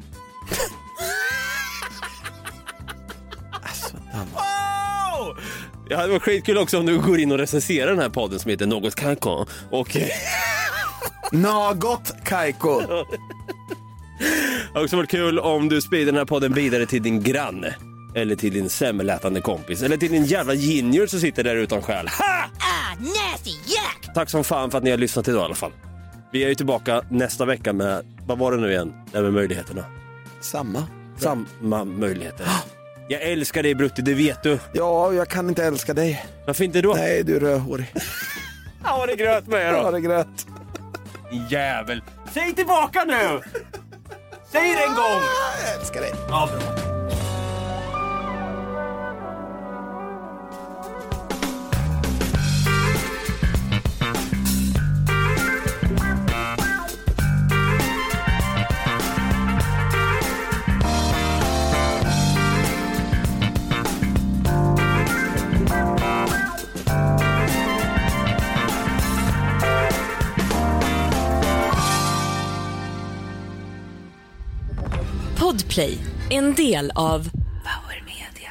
S2: Alltså,
S3: oh! Ja, det var skitkul också om du går in och recenserar den här podden som heter Något Kaiko. Och...
S2: Något Kaiko!
S3: Det har också varit kul om du sprider den här podden vidare till din granne. Eller till din semmelätande kompis. Eller till din jävla ginger som sitter där utan själ. Ha!
S13: Ah, nasty, yuck!
S3: Tack som fan för att ni har lyssnat idag i alla fall. Vi är ju tillbaka nästa vecka med, vad var det nu igen? Det med möjligheterna.
S2: Samma.
S3: Samma möjligheter. Jag älskar dig Brutti, det vet du.
S2: Ja, jag kan inte älska dig.
S3: Varför inte då?
S2: Nej, du är rödhårig.
S3: Ja, det gröt med då.
S2: Ja, det gröt.
S3: Jävel. Säg tillbaka nu! Säg det en gång!
S2: Jag älskar dig.
S3: Ja, bra.
S7: Podplay, en del av Power Media.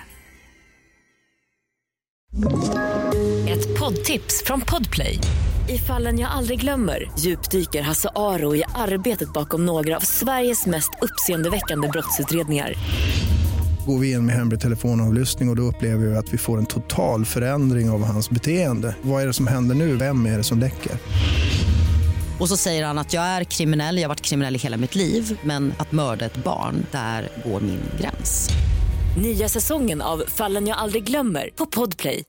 S7: Ett poddtips från Podplay. I Fallen jag aldrig glömmer djupdyker Hasse Aro i arbetet bakom några av Sveriges mest uppseendeväckande brottsutredningar.
S8: Går vi in med hemlig telefonavlyssning och, och då upplever vi att vi får en total förändring av hans beteende. Vad är det som händer nu? Vem är det som läcker?
S9: Och så säger han att jag är kriminell, jag har varit kriminell i hela mitt liv. Men att mörda ett barn, där går min gräns.
S7: Nya säsongen av Fallen jag aldrig glömmer på Podplay.